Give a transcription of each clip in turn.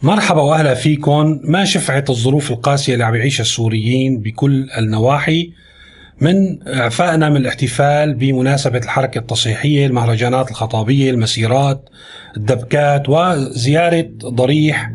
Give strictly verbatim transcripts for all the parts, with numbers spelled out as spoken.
مرحبا وأهلا فيكم. ما شفعت الظروف القاسية اللي عم يعيشها السوريين بكل النواحي من إعفائنا من الاحتفال بمناسبة الحركة التصحيحية، المهرجانات الخطابية، المسيرات، الدبكات، وزيارة ضريح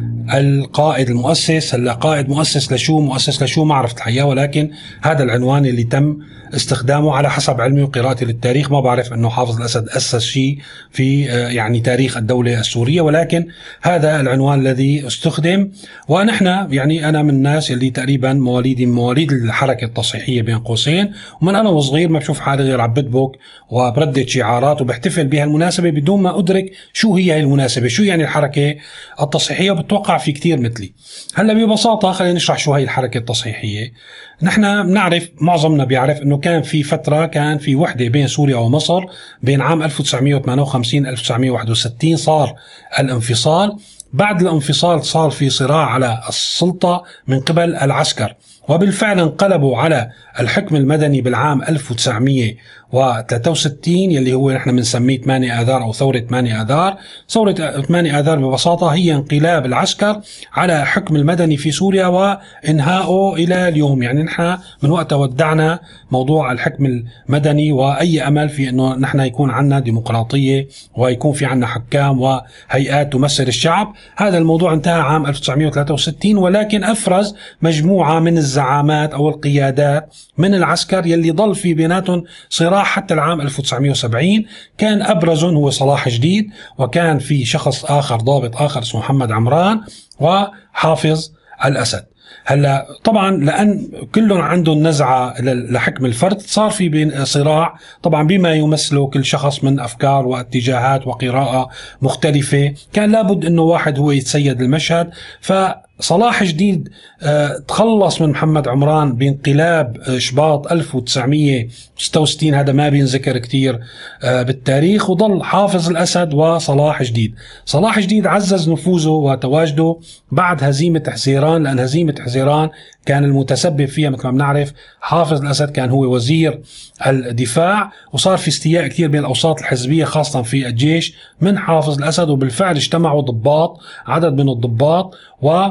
القائد المؤسس. هلا قائد مؤسس لشو مؤسس لشو ما عرفت الحقيقة، ولكن هذا العنوان اللي تم استخدامه على حسب علمي وقراءتي للتاريخ. ما بعرف انه حافظ الأسد أسس شيء في يعني تاريخ الدولة السورية، ولكن هذا العنوان الذي استخدم. ونحن يعني انا من الناس اللي تقريبا مواليدي من مواليد الحركة التصحيحية بين قوسين، ومن انا وصغير ما بشوف حالي غير عبدبك وبردد شعارات وبحتفل بها المناسبة بدون ما ادرك شو هي المناسبة، شو يعني الحركة التصحيحية. وبتوقع في كتير مثلي. هلا ببساطة خلينا نشرح شو هي الحركة التصحيحية. نحن بنعرف، معظمنا بيعرف انه كان في فترة كان في وحدة بين سوريا ومصر بين عام ألف وتسعمية وثمانية وخمسين ألف وتسعمية وواحد وستين، صار الانفصال. بعد الانفصال صار في صراع على السلطة من قبل العسكر، وبالفعل انقلبوا على الحكم المدني بالعام ألف وتسعمية وثلاثة وستين يلي هو نحن بنسميه ثمانية آذار أو ثورة ثمانية آذار. ثورة ثمانية آذار ببساطة هي انقلاب العسكر على حكم المدني في سوريا وإنهائه إلى اليوم. يعني نحن من وقتها ودعنا موضوع الحكم المدني وأي أمل في أنه نحن يكون عنا ديمقراطية ويكون في عنا حكام وهيئات تمثل الشعب. هذا الموضوع انتهى عام ألف وتسعمية وثلاثة وستين، ولكن أفرز مجموعة من الزعامات أو القيادات من العسكر يلي ضل في بيناتهم صراع حتى العام ألف وتسعمية وسبعين. كان أبرزهم هو صلاح جديد، وكان في شخص آخر ضابط آخر اسمه محمد عمران، وحافظ الأسد. هلا طبعا لأن كلهم عندهم نزعة لحكم الفرد صار في بين صراع طبعا بما يمثله كل شخص من أفكار واتجاهات وقراءة مختلفة. كان لابد أنه واحد هو يتسيد المشهد. فصلاح جديد آه تخلص من محمد عمران بانقلاب شباط ألف وتسعمية وستة وستين، هذا ما بينذكر كتير آه بالتاريخ، وظل حافظ الأسد وصلاح جديد. صلاح جديد عزز نفوذه وتواجده بعد هزيمة حزيران، لأن هزيمة حزيران كان المتسبب فيها مثل ما بنعرف حافظ الأسد، كان هو وزير الدفاع، وصار في استياء كتير بين الأوساط الحزبية خاصة في الجيش من حافظ الأسد. وبالفعل اجتمعوا ضباط، عدد من الضباط، و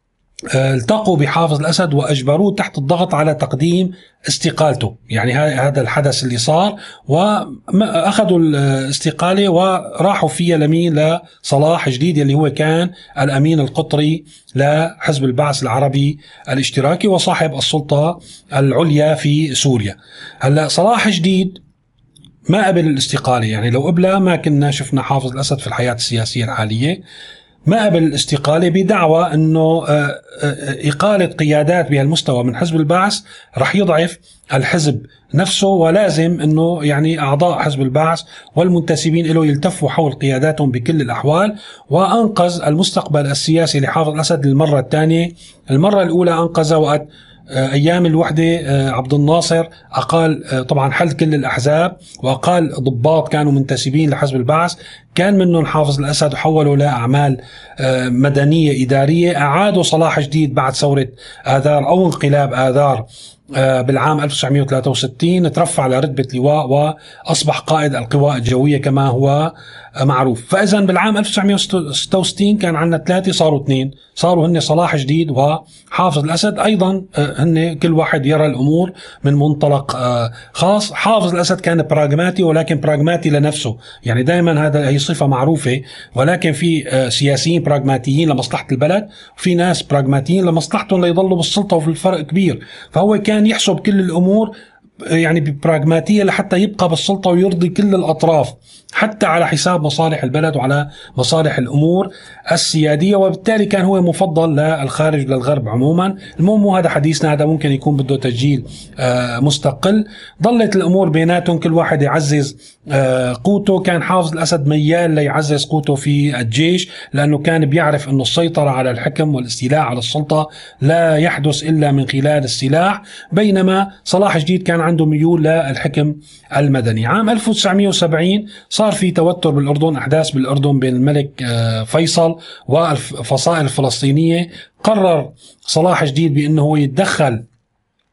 التقوا بحافظ الأسد وأجبروه تحت الضغط على تقديم استقالته. يعني هذا الحدث اللي صار، وأخذوا الاستقالة وراحوا فيها لمين؟ لصلاح جديد اللي هو كان الأمين القطري لحزب البعث العربي الاشتراكي وصاحب السلطة العليا في سوريا. هلأ صلاح جديد ما قبل الاستقالة، يعني لو قبلها ما كنا شفنا حافظ الأسد في الحياة السياسية الحالية. ما قبل الاستقالة بدعوى أنه إقالة قيادات بهالمستوى من حزب البعث رح يضعف الحزب نفسه، ولازم أنه يعني أعضاء حزب البعث والمنتسبين له يلتفوا حول قياداتهم بكل الأحوال. وأنقذ المستقبل السياسي لحافظ الأسد للمرة الثانية. المرة الأولى أنقذ وقت أيام الوحدة عبد الناصر أقال طبعا حل كل الأحزاب وأقال ضباط كانوا منتسبين لحزب البعث، كان منهم حافظ الأسد، وحولوا لأعمال مدنية إدارية. أعادوا صلاح جديد بعد ثورة آذار أو انقلاب آذار بالعام ألف وتسعمية وثلاثة وستين، ترفع لرتبة لواء وأصبح قائد القوى الجوية كما هو معروف. فإذا بالعام ألف وتسعمية وستة وستين كان عندنا ثلاثة، صاروا اثنين، صاروا هن صلاح جديد وحافظ الأسد. أيضا هن كل واحد يرى الأمور من منطلق خاص. حافظ الأسد كان براغماتي، ولكن براغماتي لنفسه، يعني دائما هذا هي صفة معروفة. ولكن في سياسيين براغماتيين لمصلحة البلد، وفي ناس براغماتيين لمصلحتهم ليضلوا بالسلطة، وفي الفرق كبير. فهو كان يحسب كل الأمور يعني ببراغماتية لحتى يبقى بالسلطة ويرضي كل الأطراف، حتى على حساب مصالح البلد وعلى مصالح الأمور السيادية. وبالتالي كان هو مفضل للخارج للغرب عموما. المهم هذا حديثنا، هذا ممكن يكون بده تسجيل مستقل. ضلت الأمور بيناتهم كل واحد يعزز قوته. كان حافظ الأسد ميال ليعزز قوته في الجيش، لأنه كان بيعرف أنه السيطرة على الحكم والاستيلاء على السلطة لا يحدث إلا من خلال السلاح، بينما صلاح جديد كان عنده ميول للحكم المدني. عام ألف وتسعمية وسبعين صار في توتر بالأردن، أحداث بالأردن بين الملك فيصل والفصائل الفلسطينية. قرر صلاح جديد بأنه هو يتدخل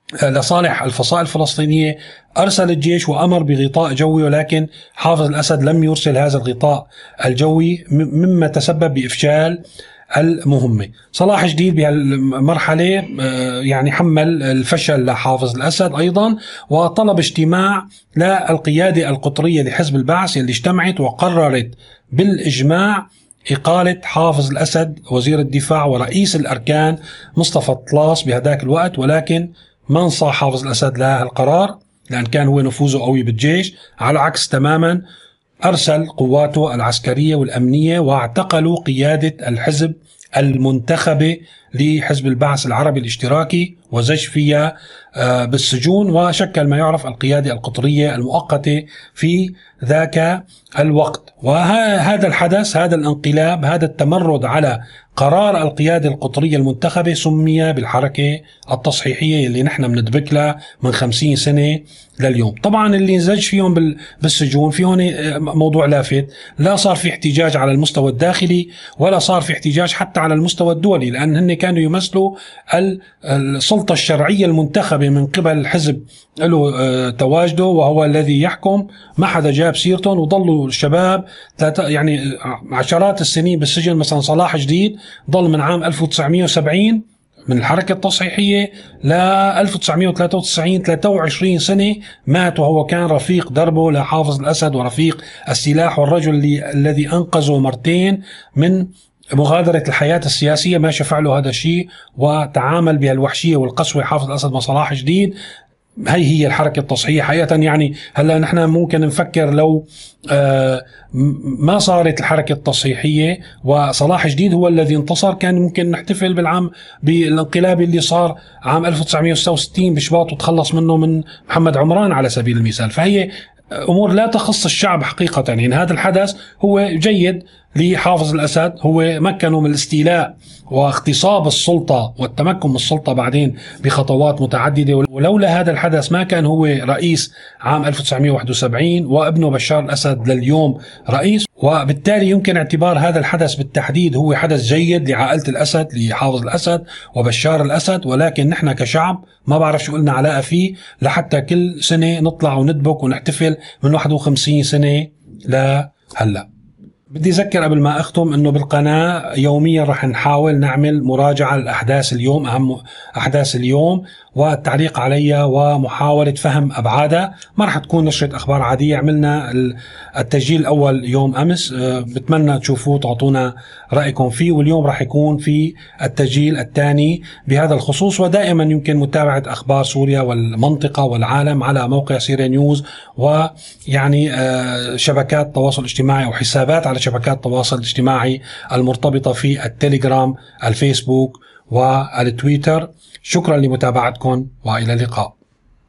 لصالح الفصائل الفلسطينية أرسل الجيش وأمر بغطاء جوي، ولكن حافظ الأسد لم يرسل هذا الغطاء الجوي مما تسبب بإفشال المهمة. صلاح جديد بهالمرحلة يعني حمل الفشل لحافظ الأسد أيضا، وطلب اجتماع للقيادة القطرية لحزب البعث اللي اجتمعت وقررت بالإجماع إقالة حافظ الأسد وزير الدفاع ورئيس الأركان مصطفى طلاس بهذاك الوقت، ولكن ما انصاع حافظ الأسد لها القرار لأن كان هو نفوذه قوي بالجيش. على عكس تماما أرسل قواته العسكرية والأمنية واعتقلوا قيادة الحزب المنتخبة لحزب البعث العربي الاشتراكي وزج فيها بالسجون، وشكل ما يعرف القيادة القطرية المؤقتة في ذاك الوقت. وهذا الحدث، هذا الانقلاب، هذا التمرد على قرار القيادة القطرية المنتخبة سمي بالحركة التصحيحية اللي نحن بندبك لها من خمسين سنة لليوم. طبعا اللي نزج فيهم بالسجون في هون موضوع لافت، لا صار في احتجاج على المستوى الداخلي ولا صار في احتجاج حتى على المستوى الدولي، لأن هن كانوا يمثلوا السلطة الشرعية المنتخبة من قبل الحزب له تواجده وهو الذي يحكم. ما حدا جاب سيرتهم وضلوا الشباب يعني عشرات السنين بالسجن. مثلا صلاح جديد ضل من عام ألف وتسعمائة وسبعين من الحركة التصحيحية ل ألف وتسعمائة وثلاثة وتسعين، ثلاثة وعشرين سنة مات وهو كان رفيق دربه لحافظ الأسد ورفيق السلاح، والرجل اللي الذي أنقذه مرتين من مغادرة الحياة السياسية ما شفع له هذا الشيء وتعامل بهالوحشية والقسوة حافظ الأسد مع صلاح جديد. هي هي الحركة التصحيحية حقيقة. يعني هلا نحن ممكن نفكر لو آه ما صارت الحركة التصحيحية وصلاح جديد هو الذي انتصر، كان ممكن نحتفل بالعام بالانقلاب اللي صار عام ألف وتسعمائة وستة وستين بشباط وتخلص منه من محمد عمران على سبيل المثال. فهي أمور لا تخص الشعب حقيقة. يعني هذا الحدث هو جيد لحافظ الأسد، هو مكنه من الاستيلاء واغتصاب السلطة والتمكن من السلطة بعدين بخطوات متعددة، ولولا هذا الحدث ما كان هو رئيس عام ألف وتسعمائة وواحد وسبعين وابنه بشار الأسد لليوم رئيس. وبالتالي يمكن اعتبار هذا الحدث بالتحديد هو حدث جيد لعائلة الأسد، لحافظ الأسد وبشار الأسد، ولكن نحن كشعب ما بعرف شو قلنا علاقة فيه لحتى كل سنة نطلع وندبك ونحتفل من واحد وخمسين سنة لهلأ. بدي أذكر قبل ما أختم أنه بالقناة يوميا رح نحاول نعمل مراجعة للأحداث اليوم، أهم أحداث اليوم، والتعليق عليها ومحاولة فهم أبعادها. ما رح تكون نشرة أخبار عادية. عملنا التسجيل الأول يوم أمس، بتمنى تشوفوه تعطونا رأيكم فيه، واليوم رح يكون في التسجيل الثاني بهذا الخصوص. ودائما يمكن متابعة أخبار سوريا والمنطقة والعالم على موقع سيريا نيوز، ويعني شبكات التواصل الاجتماعي وحسابات على شبكات التواصل الاجتماعي المرتبطة في التليجرام، الفيسبوك والتويتر. شكرا لمتابعتكم وإلى اللقاء.